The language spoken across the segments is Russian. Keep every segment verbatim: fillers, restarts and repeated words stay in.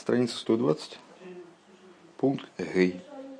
Страница сто двадцать, пункт Гей.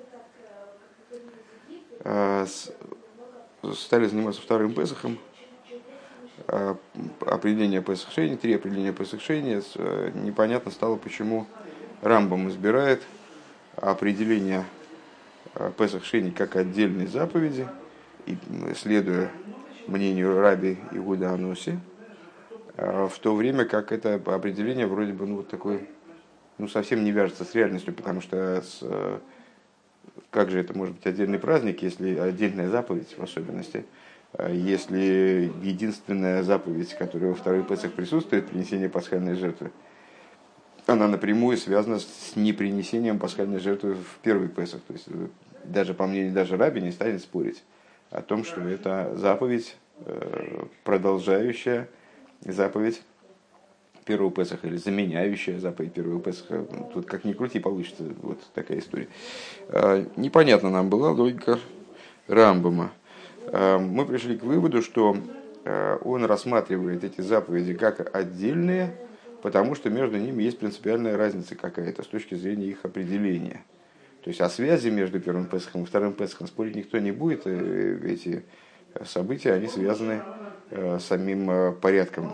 Стали заниматься вторым Песахом. Определение Песах Шейни, три определения Песах Шейни. Непонятно стало, почему Рамбам избирает определение Песах Шейни как отдельной заповеди, и, следуя мнению Раби Игуда Аноси, в то время как это определение вроде бы ну, вот такое, ну, совсем не вяжется с реальностью, потому что с, как же это может быть отдельный праздник, если отдельная заповедь в особенности, если единственная заповедь, которая во второй Песах присутствует, принесение пасхальной жертвы, она напрямую связана с непринесением пасхальной жертвы в первый Песах. То есть даже по мнению даже Раби не станет спорить о том, что это заповедь, продолжающая заповедь первого Песаха или заменяющая заповедь первого Песаха. Тут как ни крути, получится вот такая история. Непонятна нам была логика Рамбама. Мы пришли к выводу, что он рассматривает эти заповеди как отдельные, потому что между ними есть принципиальная разница какая-то с точки зрения их определения. То есть о связи между первым Песахом и вторым Песахом спорить никто не будет. Эти события, они связаны с самим порядком,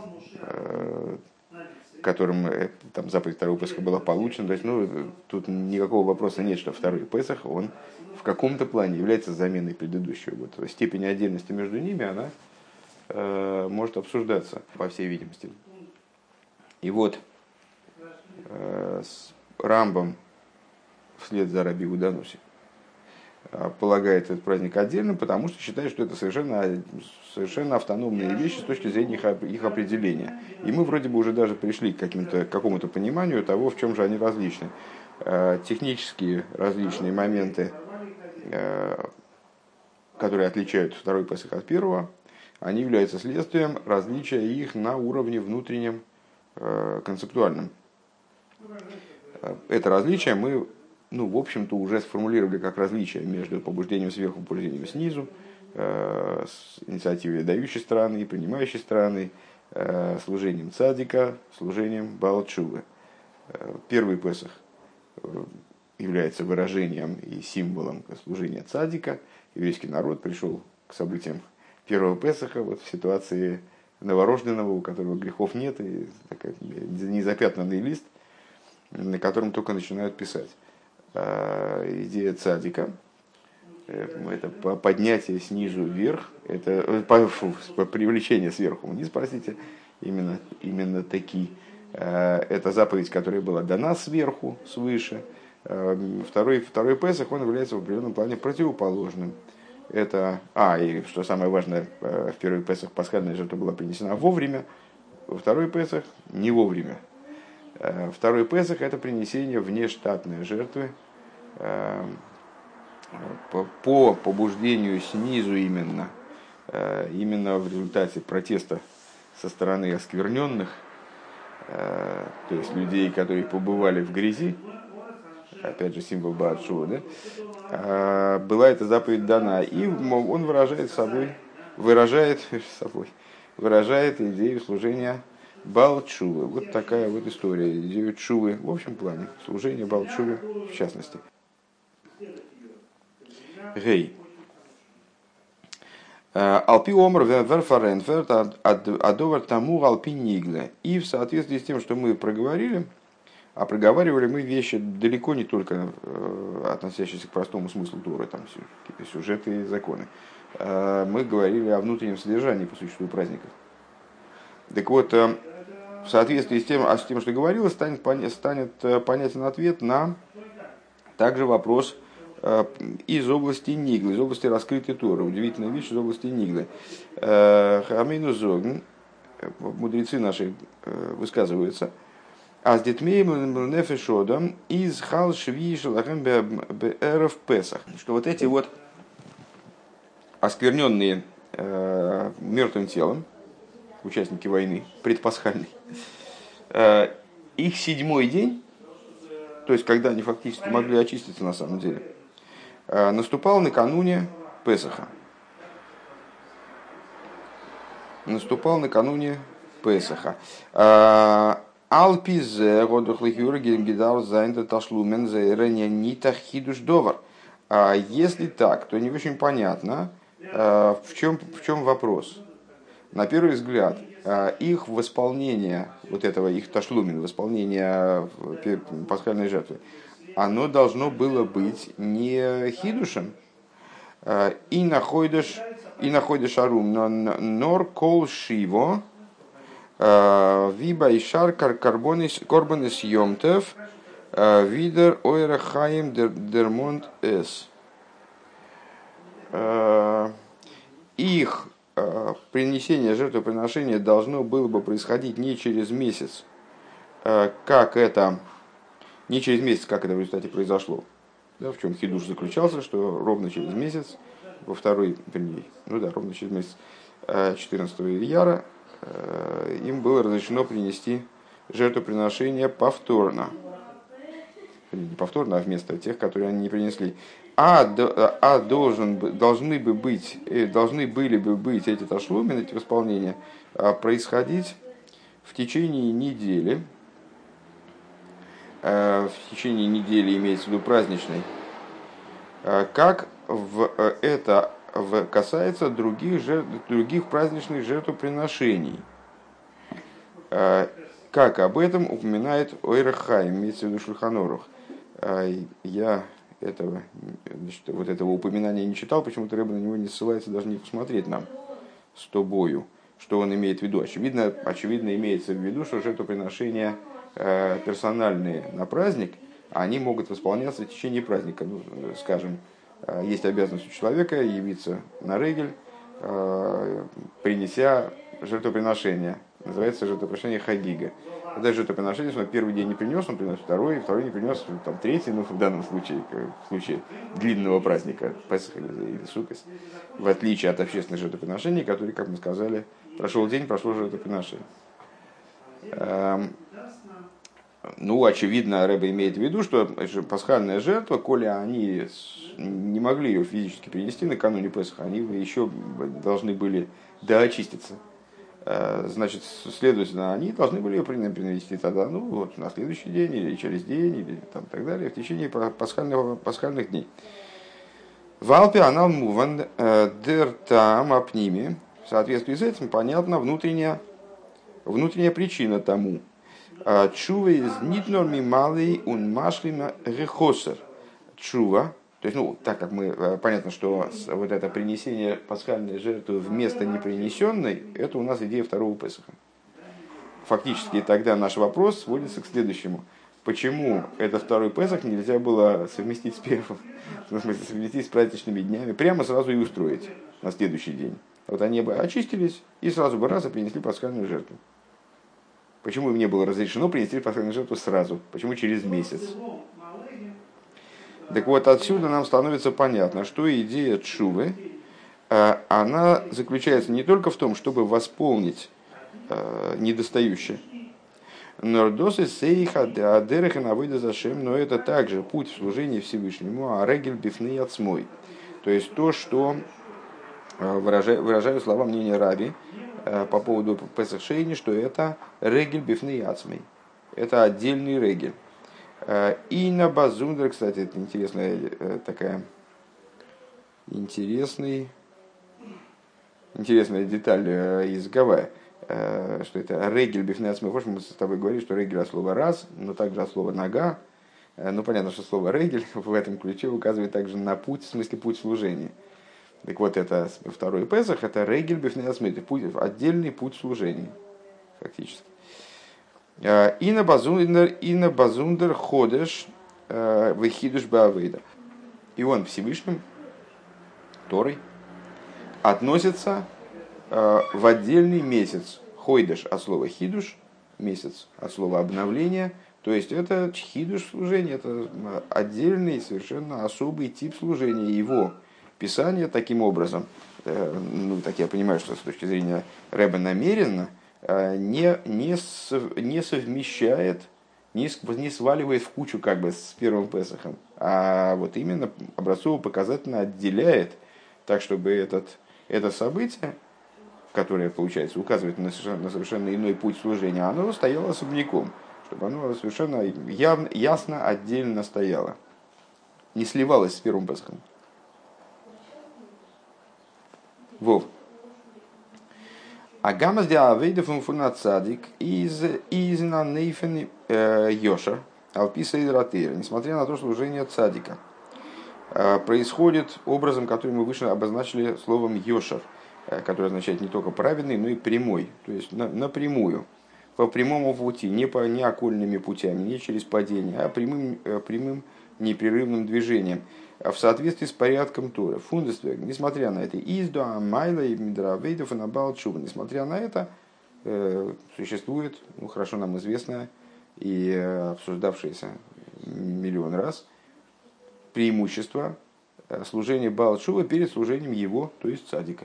которым там, заповедь второго Песаха была получена. То есть, ну, тут никакого вопроса нет, что второй Песах, он в каком-то плане является заменой предыдущего. Вот степень отдельности между ними, она э, может обсуждаться, по всей видимости. И вот э, с Рамбом вслед за Раби Игуда Аноси полагает этот праздник отдельным, потому что считает, что это совершенно, совершенно автономные вещи с точки зрения их, их определения. И мы вроде бы уже даже пришли к, к какому-то пониманию того, в чем же они различны. Технические различные моменты, которые отличают второй Песах от первого, они являются следствием различия их на уровне внутреннем, концептуальном. Это различие мы, ну, в общем-то, уже сформулировали как различие между побуждением сверху и побуждением снизу, э, с инициативой дающей стороны и принимающей стороны, э, служением цадика, служением Баал Тшувы. Э, первый Песах является выражением и символом служения цадика. Еврейский народ пришел к событиям первого Песаха вот в ситуации новорожденного, у которого грехов нет, и такой незапятнанный лист, на котором только начинают писать. Идея цадика – это поднятие снизу вверх, это фу, привлечение сверху вниз, простите, именно, именно такие. Это заповедь, которая была дана сверху, свыше. Второй, второй Песах, он является в определенном плане противоположным. Это, а, и что самое важное, в первый Песах пасхальная жертва была принесена вовремя, во второй Песах не вовремя. Второй Песах – это принесение внештатной жертвы по побуждению снизу именно, именно в результате протеста со стороны оскверненных, то есть людей, которые побывали в грязи, опять же символ Баал Тшува, да, была эта заповедь дана, и он выражает собой, выражает собой, выражает идею служения Баал Тшувы. Вот такая вот история. Идею Тшувы в общем плане. Служение Баал Тшувы в частности. Гей. Алпи омр верфаренферт адовар таму алпи нигле. И в соответствии с тем, что мы проговорили, а проговаривали мы вещи далеко не только относящиеся к простому смыслу Торы, там какие-то сюжеты и законы. Мы говорили о внутреннем содержании по существу праздников. Так вот, в соответствии с тем, с тем что говорилось, станет, станет понятен ответ на также вопрос из области Ниглы, из области раскрытой Торы. Удивительная вещь из области Ниглы. Хамейну Зогн, мудрецы наши высказываются, а с детьмеем нефешодом из хал шви шелахем беэров Песах. Что вот эти вот оскверненные мертвым телом, участники войны, предпасхальной, их седьмой день, то есть когда они фактически могли очиститься на самом деле, наступал накануне Песаха. Наступал накануне Песаха. Алпизе, годухлихюр, гидал, зайнда, ташлумен, заирания, нита, хидуш, довар. Если так, то не очень понятно, в чем, в чем вопрос. На первый взгляд, их восполнение, вот этого их ташлумин, восполнение пасхальной жертвы, оно должно было быть не хидушем, и находишь, и находишь арум, но нор кол шиво, виба и шар карбонис йомтев, видер ойра хаим дермонт эс. Их принесение жертвоприношения должно было бы происходить не через месяц, как это, не через месяц, как это в результате произошло. Да, в чем хидуш заключался, что ровно через месяц, во второй, вернее, ну да, ровно через месяц, четырнадцатого ияра, им было разрешено принести жертвоприношение повторно. Не повторно, а вместо тех, которые они не принесли. А, а должен, должны, бы быть, должны были бы быть эти ташлумин, эти восполнения, происходить в течение недели. В течение недели имеется в виду праздничной. Как в, это в, касается других, жертв, других праздничных жертвоприношений. Как об этом упоминает Ойра Хаим, имеется в виду Шульхан Орух. Я этого, значит, вот этого упоминания не читал, почему-то Рэбе на него не ссылается, даже не посмотреть нам с тобою, что он имеет в виду. Очевидно, очевидно имеется в виду, что жертвоприношения э, персональные на праздник, они могут восполняться в течение праздника. Ну, скажем, э, есть обязанность у человека явиться на регель, э, принеся жертвоприношение. Называется жертвоприношение хагига. Это жертвоприношение, если он первый день не принес, он принес второй, второй не принес, там, третий, ну, в данном случае, в случае длинного праздника, Песах или Суккос, в отличие от общественных жертвоприношений, которые, как мы сказали, прошел день, прошло жертвоприношение. Ну, очевидно, Рэбе имеет в виду, что пасхальная жертва, коли они не могли ее физически принести накануне Песаха, они еще должны были доочиститься. Значит, следовательно, они должны были ее принести тогда, ну, вот, на следующий день, или через день, или там, так далее, в течение пасхальных, пасхальных дней. В Алпе анал муван дер там апними. В соответствии с этим понятна внутренняя, внутренняя причина тому. Чува из нитнорми малый ун машлима рехосер. Чува. То есть, ну, так как мы, понятно, что вот это принесение пасхальной жертвы вместо непринесенной, это у нас идея второго Песаха. Фактически тогда наш вопрос сводится к следующему. Почему этот второй Песах нельзя было совместить с первым? В смысле, совместить с праздничными днями, прямо сразу и устроить на следующий день. Вот они бы очистились и сразу бы раз и принесли пасхальную жертву. Почему им не было разрешено принести пасхальную жертву сразу? Почему через месяц? Так вот, отсюда нам становится понятно, что идея тшувы, она заключается не только в том, чтобы восполнить недостающее, но это также путь в служении Всевышнему, а регель бифны отсмой. То есть то, что, выражаю, выражаю слова мнения Раби по поводу Песах Шейни, что это регель бифны отсмой. Это отдельный регель. И на базундер, кстати, это интересная такая интересный, интересная деталь из Гавайи, что это регель бифнеацмы. Мы с тобой говорили, что регель от слова раз, но также от слова нога. Ну, понятно, что слово регель в этом ключе указывает также на путь, в смысле путь служения. Так вот, это второй Песах, это регель бифнеацмы, это путь, отдельный путь служения, фактически. И на базундер, и на базундер ходишь выхидуш баавейда. И он Всевышним, Торой, относится в отдельный месяц. Хойдеш от слова хидуш, месяц от слова обновление. То есть это хидуш служение, это отдельный, совершенно особый тип служения. Его писание таким образом, ну так я понимаю, что с точки зрения Рэбе намеренно, не, не, не совмещает, не, не сваливает в кучу как бы с первым Песахом, а вот именно образцово-показательно отделяет, так чтобы этот, это событие которое, получается, указывает на совершенно, на совершенно иной путь служения, оно стояло особняком, чтобы оно совершенно явно, ясно, отдельно стояло, не сливалось с первым Песахом. Вов. А гамас де авейда фунфуна цадик из из на нейфен йошер алписа и ратейр, несмотря на то, что служение цадика происходит образом, который мы выше обозначили словом йошер, который означает не только праведный, но и прямой, то есть на, напрямую, по прямому пути, не по не окольными путями, не через падение, а прямым, прямым непрерывным движением, в соответствии с порядком Торы. Фундестве, несмотря на это, издуа майла и мидравейдов и набал чува, несмотря на это, существует, ну, хорошо нам известное и обсуждавшееся миллион раз, преимущество служения Баал Тшува перед служением его, то есть цадика.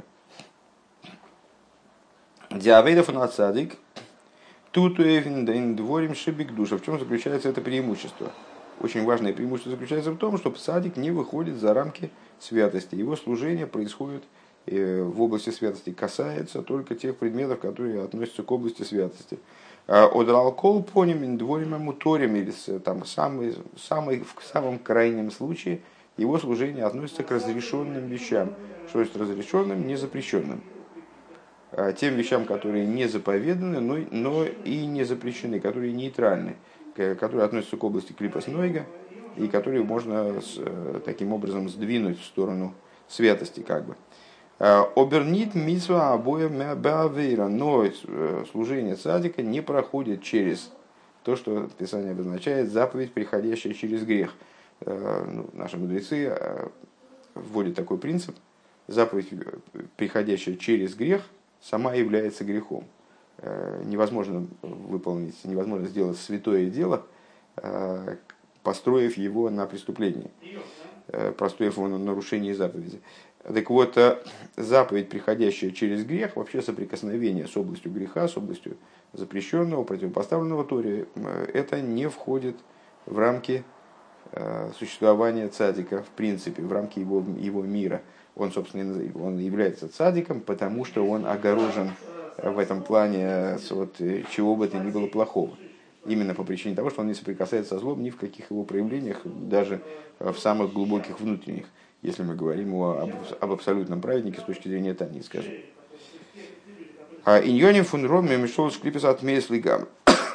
Диавейдов на цадик, тут дворим шибик душа. В чем заключается это преимущество? Очень важное преимущество заключается в том, что цадик не выходит за рамки святости. Его служение происходит в области святости, касается только тех предметов, которые относятся к области святости. Одралкол поним дворим муторим, или там самый, самый, в самом крайнем случае его служение относится к разрешенным вещам. Что есть разрешенным, не запрещенным. Тем вещам, которые не заповеданы, но, но и не запрещены, которые нейтральны, которые относятся к области клипас нойга, и которые можно с, таким образом сдвинуть в сторону святости, как бы. Обернит митсва обоя баавейра, но служение цадика не проходит через то, что Писание обозначает заповедь, приходящая через грех. Ну, наши мудрецы вводят такой принцип: заповедь, приходящая через грех, сама является грехом. Невозможно выполнить, невозможно сделать святое дело, построив его на преступлении, построив его на нарушении заповеди. Так вот, заповедь, приходящая через грех, вообще соприкосновение с областью греха, с областью запрещенного, противопоставленного Торе, это не входит в рамки существования цадика, в принципе, в рамки его, его мира. Он, собственно, он является цадиком, потому что он огорожен в этом плане от чего бы то ни было плохого. Именно по причине того, что он не соприкасается со злом ни в каких его проявлениях, даже в самых глубоких внутренних, если мы говорим о, об, об абсолютном праведнике с точки зрения Тани, скажем. Иньоним фун роме мишол шклипес от мейслигам.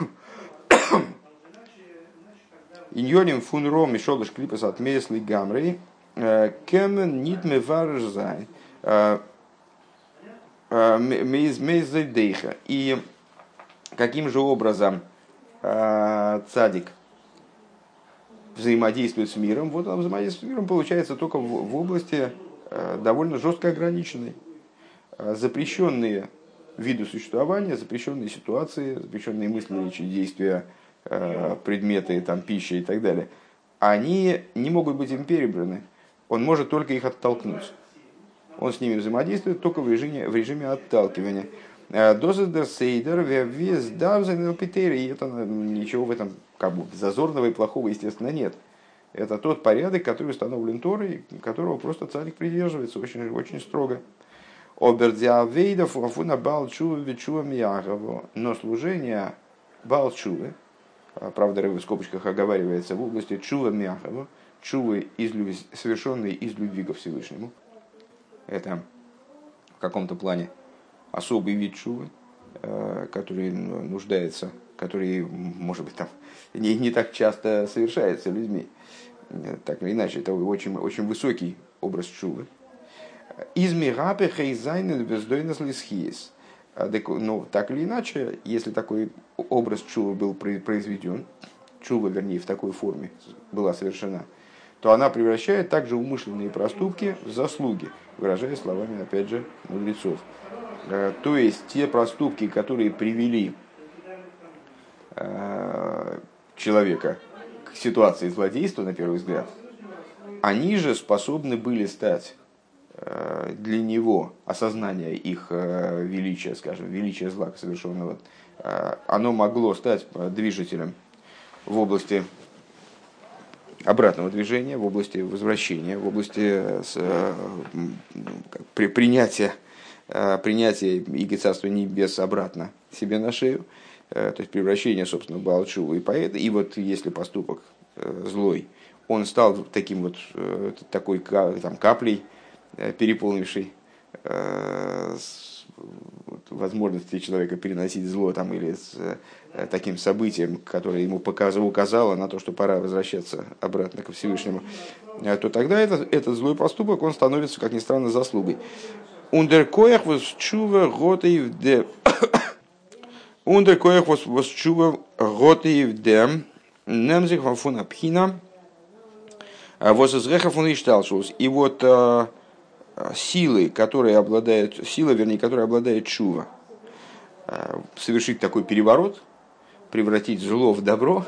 Иньоним фун роме мишол шклипес от мейслигамрей. Кем нит меварж зайн. Мейздейха. И каким же образом цадик взаимодействует с миром? Вот он взаимодействует с миром, получается, только в, в области довольно жестко ограниченной. Запрещенные виды существования, запрещенные ситуации, запрещенные мысли, речи, действия, предметы, там, пища и так далее, они не могут быть им перебраны. Он может только их оттолкнуть. Он с ними взаимодействует только в режиме, в режиме отталкивания. Доза сейдер вес давзен питер, и это ничего в этом как бы зазорного и плохого, естественно, нет. Это тот порядок, который установлен Торой, которого просто царик придерживается очень, очень строго. Обердиавейдов афуна балчува вечува миягово. Но служение балчувы, правда, в скобочках оговаривается, в области чува миягово, чувы, совершенные из любви ко Всевышнему. Это в каком-то плане особый вид чувы, который нуждается, который, может быть, там не, не так часто совершается людьми. Так или иначе, это очень, очень высокий образ чувы. Из мирапе хейзайнен бездойнес лисхиес. Но так или иначе, если такой образ чувы был произведен, чува, вернее, в такой форме была совершена, то она превращает также умышленные проступки в заслуги, выражая словами, опять же, мудрецов. То есть те проступки, которые привели человека к ситуации злодейства, на первый взгляд, они же способны были стать для него, осознание их величия, скажем, величия зла совершенного, оно могло стать движителем в области обратного движения, в области возвращения, в области принятия принятие Иго Царства Небес обратно себе на шею, то есть превращение, собственно, в Баал Тшуву и поэта. И вот если поступок злой, он стал таким вот, такой там, каплей, переполнившей возможности человека переносить зло там, или с таким событием, которое ему показало, указало на то, что пора возвращаться обратно ко Всевышнему, то тогда этот, этот злой поступок, он становится, как ни странно, заслугой. Ундеркоях восчува готаев де Ундеркоях восчува готаев де немзих вафуна пхина восозреха фун ишталшус. И вот силы, которые обладают, сила, вернее, которая обладает чува, совершить такой переворот, превратить зло в добро,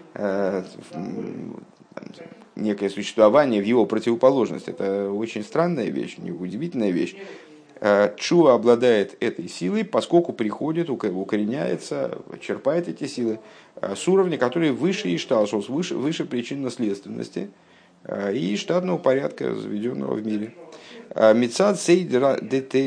некое существование в его противоположность. Это очень странная вещь, удивительная вещь. Чува обладает этой силой, поскольку приходит, укореняется, черпает эти силы с уровня, который выше ишталшус, выше, выше причинно-следственности и штатного порядка, заведенного в мире. Мицад сейдера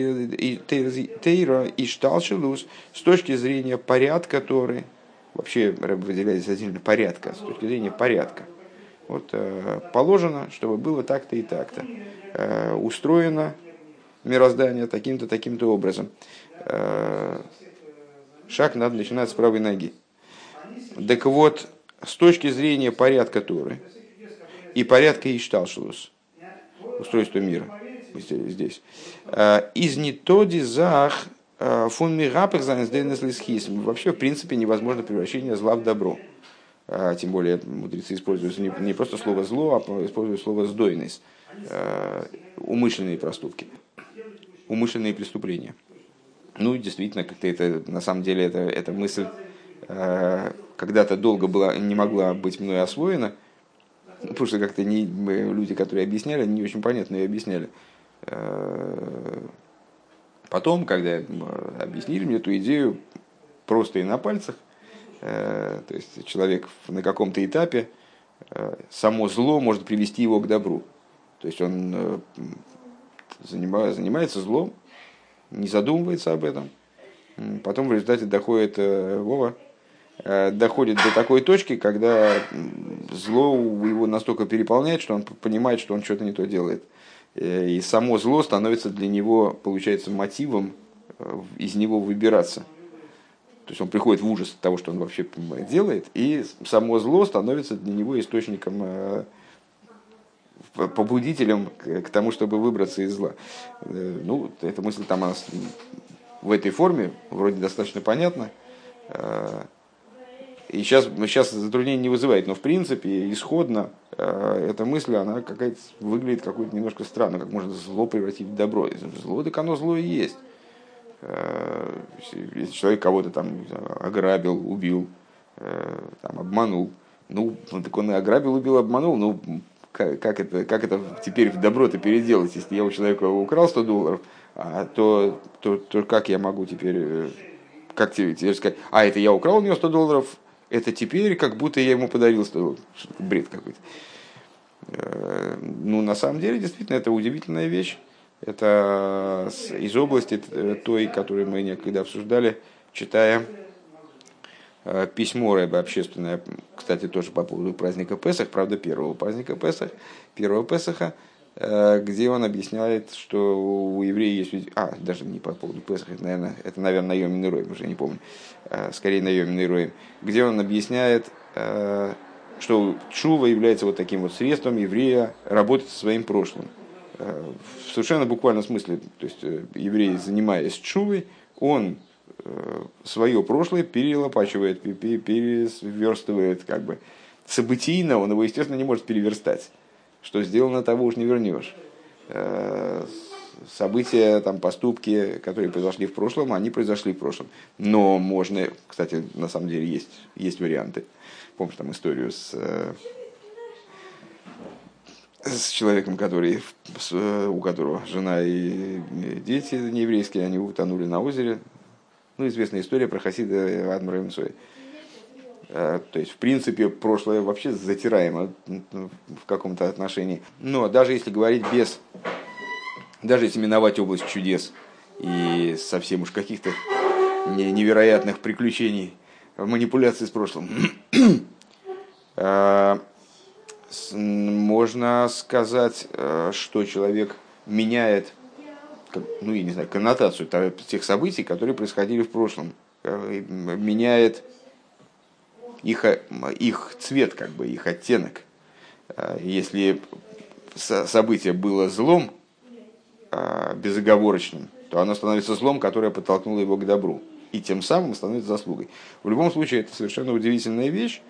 тейра ишталшилус, с точки зрения порядка Торы, вообще выделяется отдельно порядка, с точки зрения порядка. Вот, положено, чтобы было так-то и так-то. Устроено мироздание таким-то, таким-то образом. Шаг надо начинать с правой ноги. Так вот, с точки зрения порядка Торы и порядка Ишталшилус, устройства мира, здесь, из нитоди зах фун мирапер занесдейнес лисхисм. Вообще, в принципе, невозможно превращение зла в добро. Тем более, мудрецы используют не просто слово зло, а используют слово сдойнес. Умышленные проступки, умышленные преступления. Ну, действительно, как-то это, на самом деле, это, эта мысль когда-то долго была, не могла быть мной освоена, потому что как-то не, люди, которые объясняли, не очень понятно ее объясняли. Потом, когда объяснили мне эту идею просто и на пальцах, то есть человек на каком-то этапе, само зло может привести его к добру. То есть он занимается злом, не задумывается об этом, потом в результате доходит, Вова, доходит до такой точки, когда зло его настолько переполняет, что он понимает, что он что-то не то делает. И само зло становится для него, получается, мотивом из него выбираться. То есть он приходит в ужас от того, что он вообще делает, и само зло становится для него источником, побудителем к тому, чтобы выбраться из зла. Ну, эта мысль там она в этой форме вроде достаточно понятна. И сейчас, сейчас затруднений не вызывает, но в принципе исходно эта мысль, она какая-то выглядит какой-то немножко странно, как можно зло превратить в добро. Зло, так оно зло и есть. Если человек кого-то там ограбил, убил, там, обманул, ну, так он и ограбил, убил, обманул, ну, как, как, это, как это теперь в добро-то переделать, если я у человека украл сто долларов, а, то, то, то как я могу теперь, как теперь, теперь сказать, а, это я украл у него сто долларов, это теперь как будто я ему подарил сто долларов. Бред какой-то. Ну, на самом деле, действительно, это удивительная вещь. Это из области той, которую мы некогда обсуждали, читая письмо Рэбе общественное, кстати, тоже по поводу праздника Песах, правда, первого праздника Песах, первого Песаха, где он объясняет, что у евреев есть... А, даже не по поводу Песаха, это, наверное, это, наверное, Найомин Роим, уже не помню, скорее Найомин Роим, где он объясняет, что тшува является вот таким вот средством еврея работать со своим прошлым. В совершенно буквальном смысле, то есть еврей, занимаясь тшувой, он свое прошлое перелопачивает, переверстывает, как бы событийно, он его, естественно, не может переверстать. Что сделано, того уж не вернешь. События, там, поступки, которые произошли в прошлом, они произошли в прошлом. Но можно, кстати, на самом деле есть, есть варианты. Помнишь там историю с, с человеком, который, у которого жена и дети нееврейские, они утонули на озере. Ну, известная история про хасида Адмара Имцоя. То есть, в принципе, прошлое вообще затираемо в каком-то отношении. Но даже если говорить без, даже если миновать область чудес и совсем уж каких-то невероятных приключений, манипуляций с прошлым. Можно сказать, что человек меняет, ну, я не знаю, коннотацию тех событий, которые происходили в прошлом, меняет их, их цвет, как бы, их оттенок. Если событие было злом, безоговорочным, то оно становится злом, которое подтолкнуло его к добру. И тем самым становится заслугой. В любом случае, это совершенно удивительная вещь,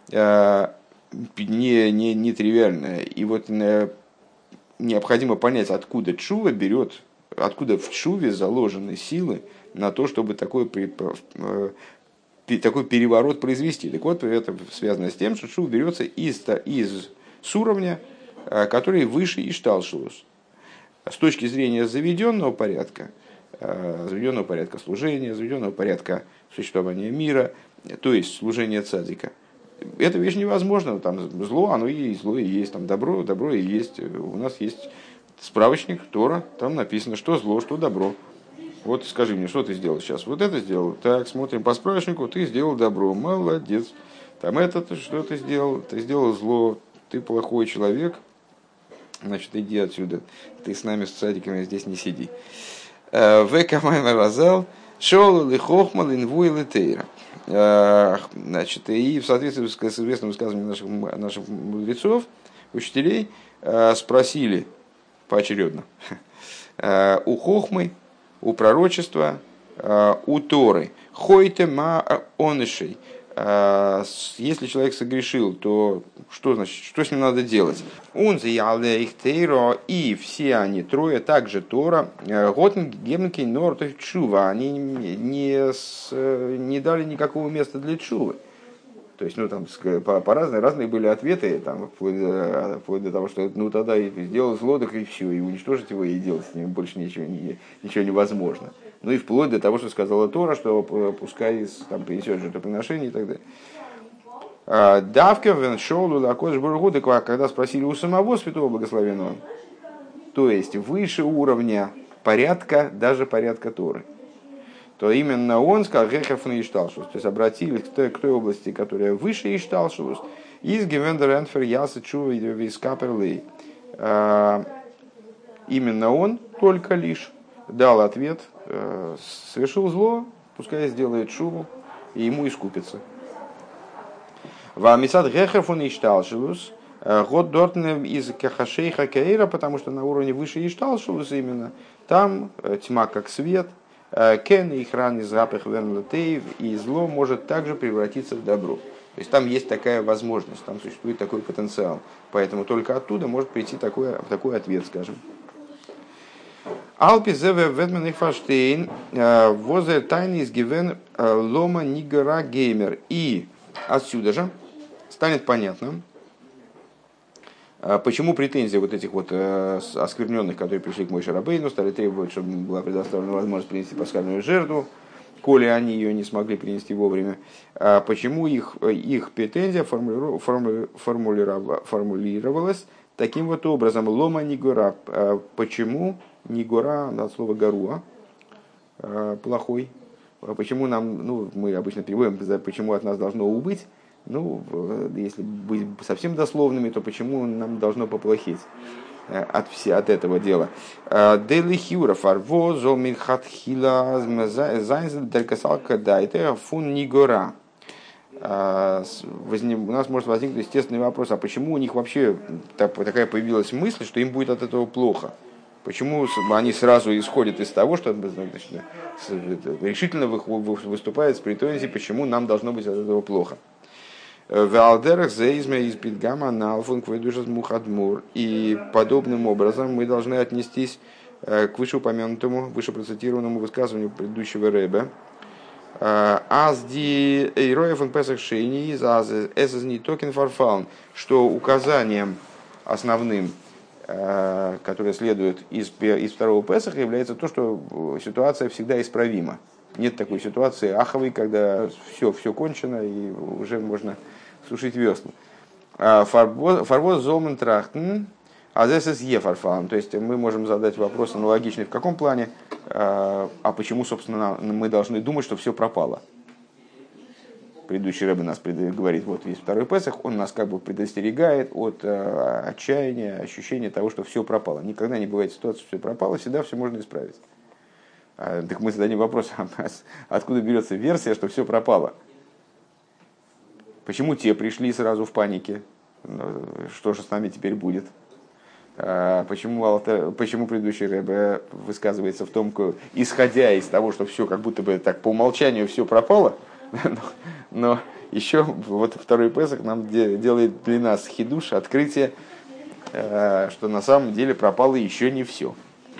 не, не, не тривиальная. И вот необходимо понять, откуда тшува берет, откуда в тшуве заложены силы на то, чтобы такой, такой переворот произвести. Так вот, это связано с тем, что тшува берется из, из с уровня, который выше Ишталшелус. С точки зрения заведенного порядка, заведенного порядка служения, заведенного порядка существования мира, то есть служения цадика, эта вещь невозможна. Там зло, оно и зло и есть, там добро, добро и есть. У нас есть справочник Тора, там написано, что зло, что добро. Вот скажи мне, что ты сделал сейчас? Вот это сделал. Так, смотрим по справочнику, ты сделал добро, молодец. Там это, что ты сделал? Ты сделал зло, ты плохой человек. Значит, иди отсюда. Ты с нами, с цадиками, здесь не сиди. Векамайма разал, шоу ли хохмал инвуй летейра. Значит, и в соответствии с известным высказыванием наших, наших мудрецов, учителей, спросили поочередно у хохмы, у пророчества, у Торы, хойте ма онышей. Если человек согрешил, то что значит, что с ним надо делать? Он заявляет их тейро, и все они трое, также Тора, готн гемнки нортов чува, они не, с, не дали никакого места для чувы. То есть, ну, там, по, по разные, разные были ответы, там, вплоть до, вплоть до того, что, ну, тогда и сделал зло, так и все, и уничтожить его, и делать с ним больше ничего, не, ничего невозможно. Ну, и вплоть до того, что сказала Тора, что пускай там принесет жертвоприношение и так далее. Давка веншолу лакош бургуды, когда спросили у самого святого благословенного, то есть выше уровня порядка, даже порядка Торы, то именно он сказал гехефный ишталшус, то есть обратились к той, к той области, которая выше ишталшус, из гевендер энфер ясы чува и вискаперлей. Именно он только лишь дал ответ, совершил зло, пускай сделает шуву, и ему искупится. Вамисад гехефун ишталшус, год дортнем из кахашейха кейра, потому что на уровне выше ишталшус именно, там тьма как свет, кен и хран из запах вернлетеев, и зло может также превратиться в добро. То есть там есть такая возможность, там существует такой потенциал. Поэтому только оттуда может прийти такой, такой ответ, скажем. Алпи зеве ведмен их фаштейн возер тайный из гивен лома нигера геймер. И отсюда же станет понятным, почему претензии вот этих вот оскверненных, которые пришли к Моше Рабейну, стали требовать, чтобы была предоставлена возможность принести пасхальную жертву, коли они ее не смогли принести вовремя. Почему их, их претензия формулировалась таким вот образом: лома нигора. Почему нигора от слова горуа, плохой? Почему нам, ну, мы обычно переводим, почему от нас должно убыть? Ну, если быть совсем дословными, то почему нам должно поплохеть от, все, от этого дела? Делихюра фарво зомирхатхила зайнзель делькасалка дайте фун нигора. У нас может возникнуть естественный вопрос: а почему у них вообще такая появилась мысль, что им будет от этого плохо? Почему они сразу исходят из того, что, значит, решительно выступают с претензией, почему нам должно быть от этого плохо? И подобным образом мы должны отнестись к вышеупомянутому, вышепроцитированному высказыванию предыдущего Ребе. Что указанием основным, которое следует из, из второго Песаха, является то, что ситуация всегда исправима. Нет такой ситуации аховой, когда все, все кончено и уже можно сушить весла. Фарвоз зомен трахтен, а здесь е фарфан. То есть мы можем задать вопрос аналогичный в каком плане? А почему, собственно, мы должны думать, что все пропало? Предыдущий рэбе нас говорит, вот весь второй Песах, он нас как бы предостерегает от отчаяния, ощущения того, что все пропало. Никогда не бывает ситуации, что все пропало, всегда все можно исправить. Так мы зададим вопрос, откуда берется версия, что все пропало? Почему те пришли сразу в панике? Что же с нами теперь будет? Почему, почему предыдущий рэбе высказывается в том, исходя из того, что все как будто бы так по умолчанию все пропало, но, но еще вот второй Песах нам делает для нас хидуш, открытие, что на самом деле пропало еще не все.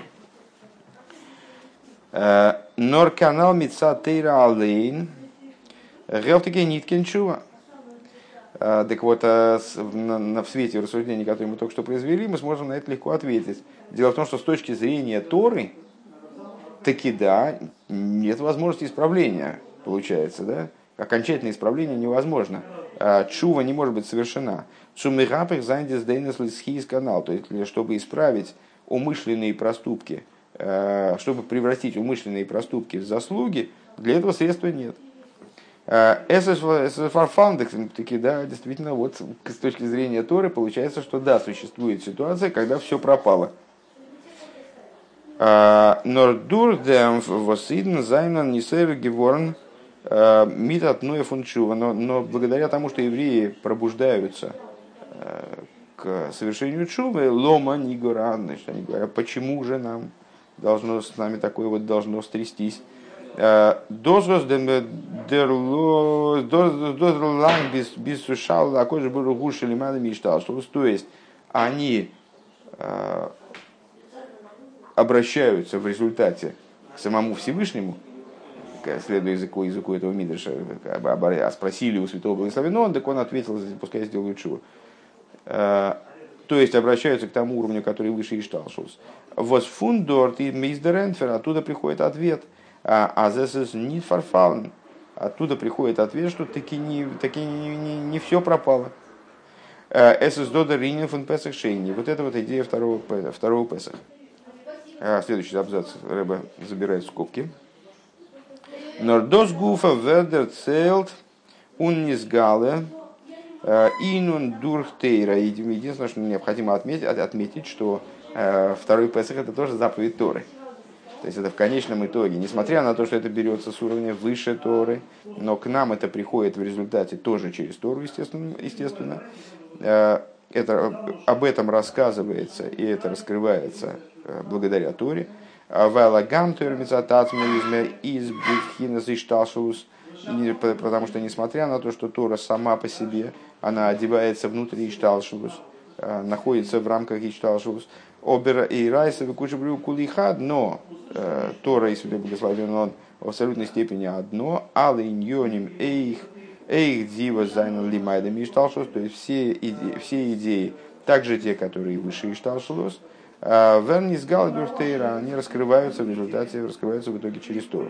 Нор канал митца тейра алейн гелтике ниткин чува. Так вот, в свете рассуждений, которые мы только что произвели, мы сможем на это легко ответить. Дело в том, что с точки зрения Торы, таки да, нет возможности исправления, получается, да? Окончательное исправление невозможно. Чува не может быть совершена. Шумихапых зайдес дейнес лисхиис канал, то есть, чтобы исправить умышленные проступки, чтобы превратить умышленные проступки в заслуги, для этого средства нет. Таки, да, действительно, вот с точки зрения Торы получается, что да, существует ситуация, когда все пропало. Нордурдем восидн зайнан нисер геворн митат ноя фунчува. Но благодаря тому, что евреи пробуждаются к совершению чувы, лома нигоран, они говорят, почему же нам должно с нами такое вот должно стрястись? Дозрос дерлайн без сушал, такой же был гуши лимана мечтал. То есть они обращаются в результате к самому Всевышнему, следуя языку, языку этого Мидраша, спросили у святого благословенного, так он ответил, пускай я сделаю чего. То есть обращаются к тому уровню, который выше Ишталшус. Восфундорт и мейздеренфер, оттуда приходит ответ. А this is not for fun. Оттуда приходит ответ, что таки не, таки не, не, не все пропало. Es ist doder Ringen von Pesach Sheni. Вот это вот идея второго, второго Песаха. Следующий абзац Ребе забирает скобки. Нордос гуфа вердер целт уннисгале инун дурхтейра. Единственное, что необходимо отметить, отметить, что второй Песах это тоже заповедь Торы. То есть это в конечном итоге, несмотря на то, что это берется с уровня выше Торы, но к нам это приходит в результате тоже через Тору, естественно. естественно. Это, об этом рассказывается и это раскрывается благодаря Торе. Потому что, несмотря на то, что Тора сама по себе, она одевается внутри Ишталшус, находится в рамках Ишталшус, Обер и Райса выкучивали кулихад, но э, Тора и Святой Благословен он в абсолютной степени одно, але иньоним эйх эйх дива зайнал лимайдами Ишталшус, то есть все идеи, все идеи, также те, которые выше Ишталшус, вернис галбюртейра, они раскрываются в результате, раскрываются в итоге через Тору.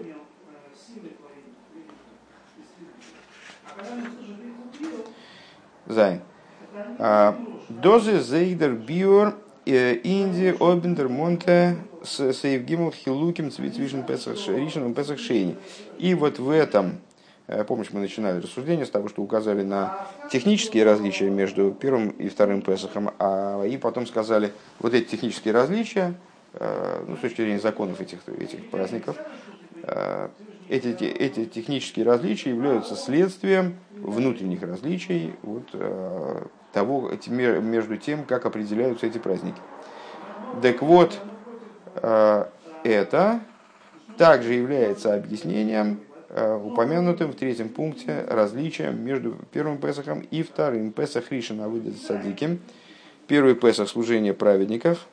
Зайн. Дозы зейдер биор Инди, Обендер, Монте, Сейвгимл, Хилуким, Цвитвишн, Песах Ришин, Песах Шейни. И вот в этом, помнишь, мы начинали рассуждение с того, что указали на технические различия между первым и вторым Песахом, а и потом сказали, вот эти технические различия, ну, с точки зрения законов этих, этих праздников, эти, эти технические различия являются следствием внутренних различий вот, того, между тем, как определяются эти праздники. Так вот, это также является объяснением, упомянутым в третьем пункте, различием между первым Песахом и вторым. Песах Ришон Авойдас Цадиким. Первый Песах — служение праведников.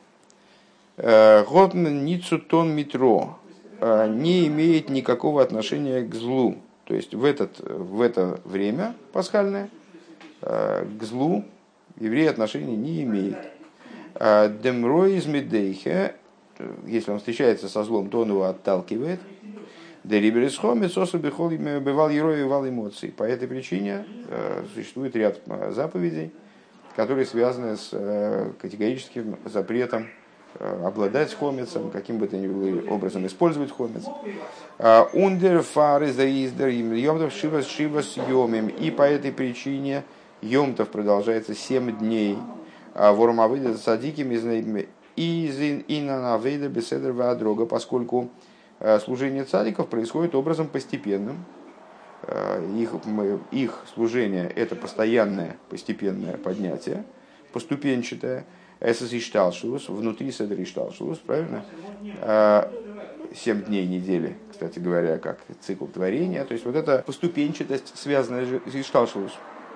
Готн Ницутон Митро не имеет никакого отношения к злу. То есть в, этот, в это время пасхальное к злу еврей отношения не имеет. Демрой из медейхе, если он встречается со злом, то он его отталкивает. Дериберисхоме сосу бихол бывал герой и вал эмоций. По этой причине существует ряд заповедей, которые связаны с категорическим запретом обладать хомецом, каким бы то ни было образом использовать хомец. Ундер фары заиздер йомтов шивас шивас йомим. И по этой причине йомтов продолжается семь дней. Вормавыда садиким изин инанавыда беседр вадрога, поскольку служение цадиков происходит образом постепенным. Их, их служение – это постоянное, постепенное поднятие, поступенчатое. Эсэс ишталшус, внутри седр ишталшус, правильно? Семь дней недели, кстати говоря, как цикл творения. То есть вот эта поступенчатость, связанная с ишталшус.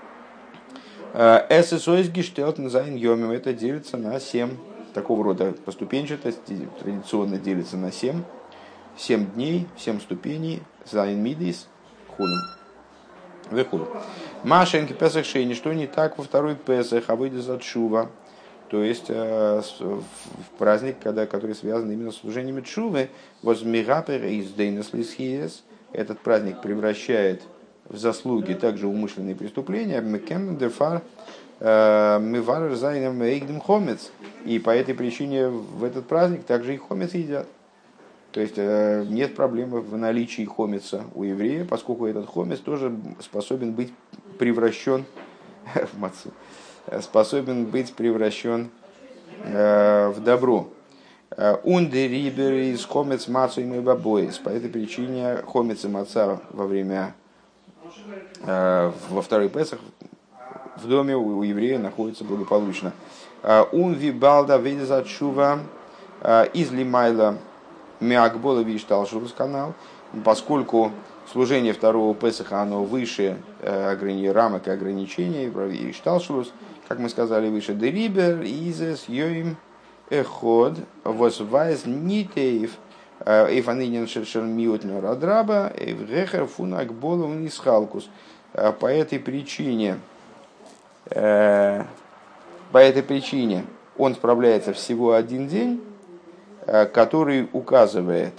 Эсэс ойс гештелтен зайн йомим, это делится на семь. Такого рода поступенчатость традиционно делится на семь. Семь дней, семь ступеней, зайн мидис, хулем. Выхулем. Машенки Песах Шейни, что не так во второй Песах, а выйдет за Тшува. То есть э, в праздник, когда, который связан именно с служением Тшувы, возмигапер из дейнеслисхиес, этот праздник превращает в заслуги также умышленные преступления, мекемдефар мивар зайнем эйгдем хомец, и по этой причине в этот праздник также и хомец едят. То есть э, нет проблемы в наличии хомеца у еврея, поскольку этот хомец тоже способен быть превращен в мацу, способен быть превращен э, в добро. Ундерибер из хомец мацу и мебабоис. По этой причине хомец и маца во время э, во второй Песах в доме у еврея находится благополучно. Унви балда ведеза чува из лимайла миакбола вишталшурус канал, поскольку служение второго Песаха оно выше ограни... рамок и ограничений и шталшурус, как мы сказали выше, дерибер изес йоим эход восвайз нитеев эйфанинен шершермиотнер адраба эврехер фунакбола унисхалкус. По этой причине по этой причине он справляется всего один день, который указывает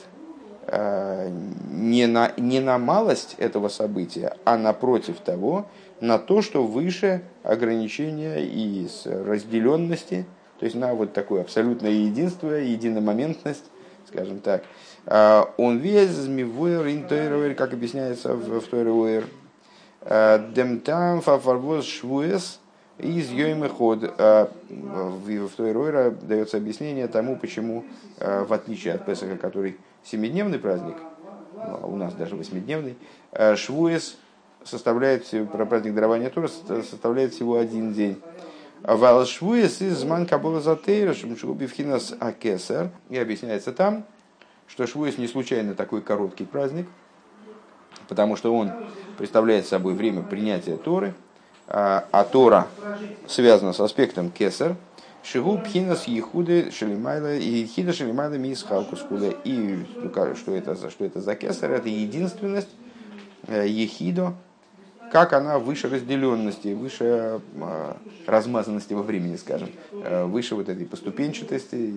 не на, не на малость этого события, а напротив того, на то, что выше ограничения и разделенности, то есть на вот такое абсолютное единство, единомоментность, скажем так. Он весь змивуэр интойровер, как объясняется в Тойровер, демтам фафарвоз швуэс из йоймеход. В Тойровер дается объяснение тому, почему, в отличие от Песаха, который семидневный праздник, у нас даже восьмидневный, швуэс составляет, праздник дарования Торы составляет всего один день. Вал швуэс из зман кабола затейра шумшубивхинас акесар. И объясняется там, что швуэс не случайно такой короткий праздник, потому что он представляет собой время принятия Торы, а Тора связана с аспектом кесар. Шигу пхинас ехуды шелимайла и ехида шелимайла мисхалкускуда. И что это за что это за кесар? Это единственность ехидо, как она выше разделенности, выше размазанности во времени, скажем, выше вот этой поступенчатости,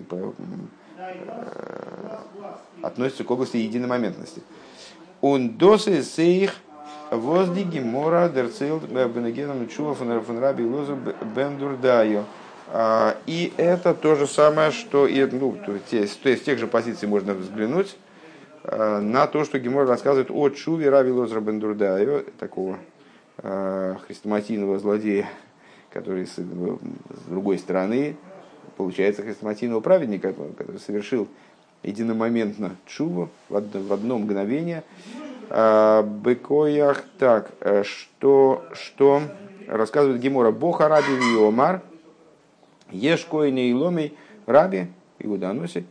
относится к области единомоментности. Он досы сейх возди гемора дерцил бенегеном чува фон раби лозу бендурдайо. И это то же самое, что и, ну, то есть, с тех же позиций можно взглянуть на то, что Гемор рассказывает о чуве раби лозу бендурдайо, такого хрестоматийного злодея, который с другой стороны получается хрестоматийного праведника, который совершил единомоментно чуву в одно мгновение. Бекоях, так, что, что рассказывает Гемора Боха раби Виомар, еш коине и ломей раби Иуданоси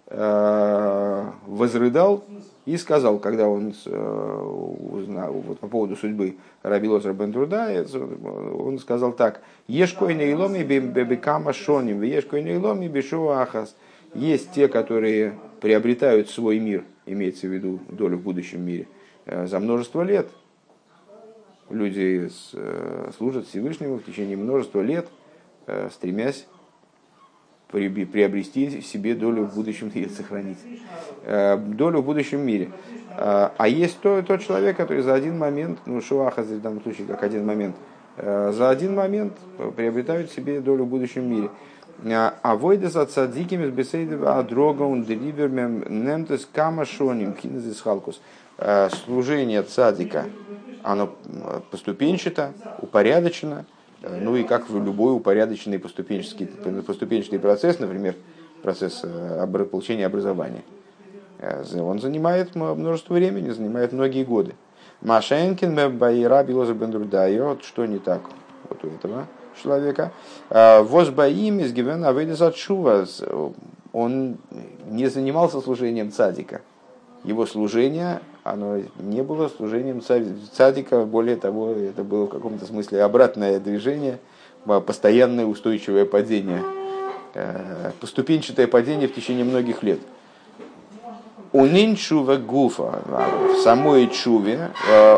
возрыдал и сказал, когда он узнал вот, по поводу судьбы раби Лозера бен Труда, он сказал так: еш коине и ломей бебекама шоним, еш коине и ломей бешуа ахас. Есть те, которые приобретают свой мир, имеется в виду долю в будущем мире, за множество лет. Люди служат Всевышнему в течение множества лет, стремясь приобрести себе долю в будущем мире, сохранить долю в будущем мире. А есть тот, тот человек, который за один момент, ну шуаха в данном случае как один момент, за один момент приобретают себе долю в будущем мире. А войда за цадиками с беседой о дрогом деливермем немтес камашоним кинезис халкус. Служение цадика, оно поступенчато, упорядочено, ну и как в любой упорядоченный поступенческий, поступенчатый процесс, например, процесс получения образования. Он занимает множество времени, занимает многие годы. Машенкин байра билоза бендрудайо, что не так вот у этого человека. Возбаим из гивена выйдет шува. Он не занимался служением цадика. Его служение, оно не было служением цадика, более того, это было в каком-то смысле обратное движение, постоянное устойчивое падение, поступенчатое падение в течение многих лет. Унин чува гуфа, в самой чуве,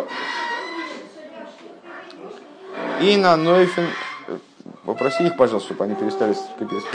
и на нойфен, попроси их, пожалуйста, чтобы они перестали копировать.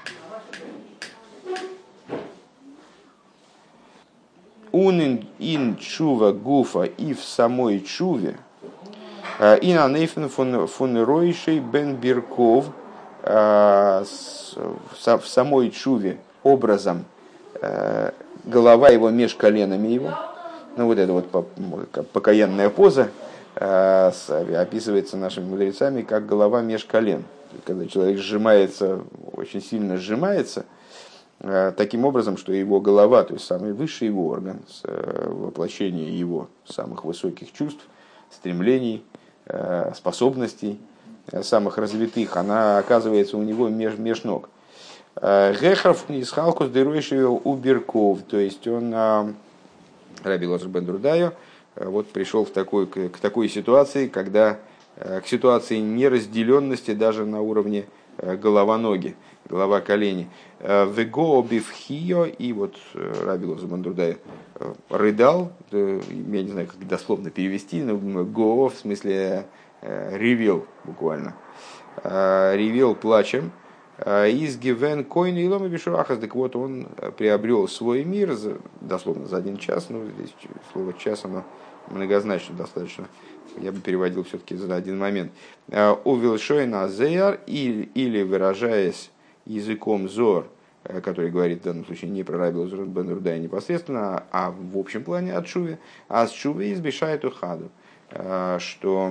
Унин ин чува гуфа и в самой чуве, и на нейфен фон ройшей бен бирков, в самой чуве образом голова его меж коленами его, ну вот эта вот покаянная поза описывается нашими мудрецами как голова меж колен, когда человек сжимается, очень сильно сжимается, таким образом, что его голова, то есть самый высший его орган, воплощение его самых высоких чувств, стремлений, способностей, самых развитых, она оказывается у него меж, меж ног. Гехарф из халкус дыройшего уберков, то есть он, Раби Лозер бен Друдайо, вот пришел в такой, к такой ситуации, когда к ситуации неразделенности даже на уровне голова-ноги, голова-колени. Вего бифхио, и вот Раби Лозер бен Друдайо рыдал, я не знаю, как дословно перевести, но го в смысле ревел буквально, ревел плачем. Из гивен койн и лома бишурахас, так вот он приобрел свой мир, дословно за один час, ну здесь слово час оно многозначно достаточно, я бы переводил все-таки за один момент. Увилшойна зеяр, или выражаясь языком зор, который говорит в данном случае не про Раби Лозер бен Друдайо непосредственно, а в общем плане от шуве, а с шуве избешает ухаду, что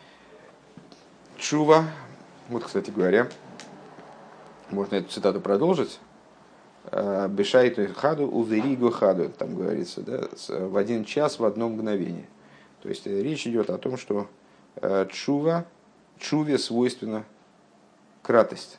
чува, вот, кстати говоря, можно эту цитату продолжить. Бешайту хаду уверигу хаду, там говорится, да, в один час, в одно мгновение. То есть речь идет о том, что чува, чуве свойственна кратость.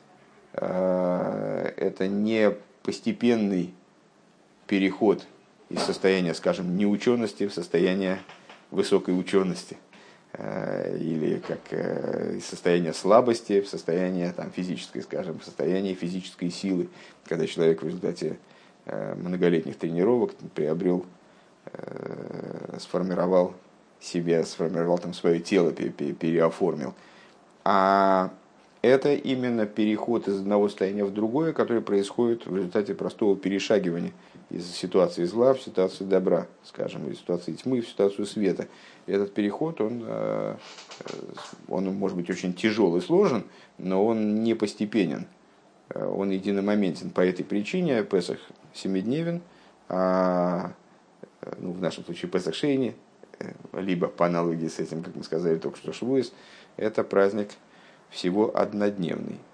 Это не постепенный переход из состояния, скажем, неучености в состояние высокой учености. Или как из состояния слабости в состояние там, физической, скажем, в состояние физической силы, когда человек в результате многолетних тренировок приобрел, сформировал себя, сформировал там свое тело, переоформил. А это именно переход из одного состояния в другое, который происходит в результате простого перешагивания из ситуации зла в ситуацию добра, скажем, из ситуации тьмы в ситуацию света. И этот переход, он, он может быть очень тяжелый, сложен, но он не постепенен, он единомоментен. По этой причине Песах семидневен, а ну, в нашем случае Песах Шейни, либо по аналогии с этим, как мы сказали только что, Швуис, это праздник всего однодневный.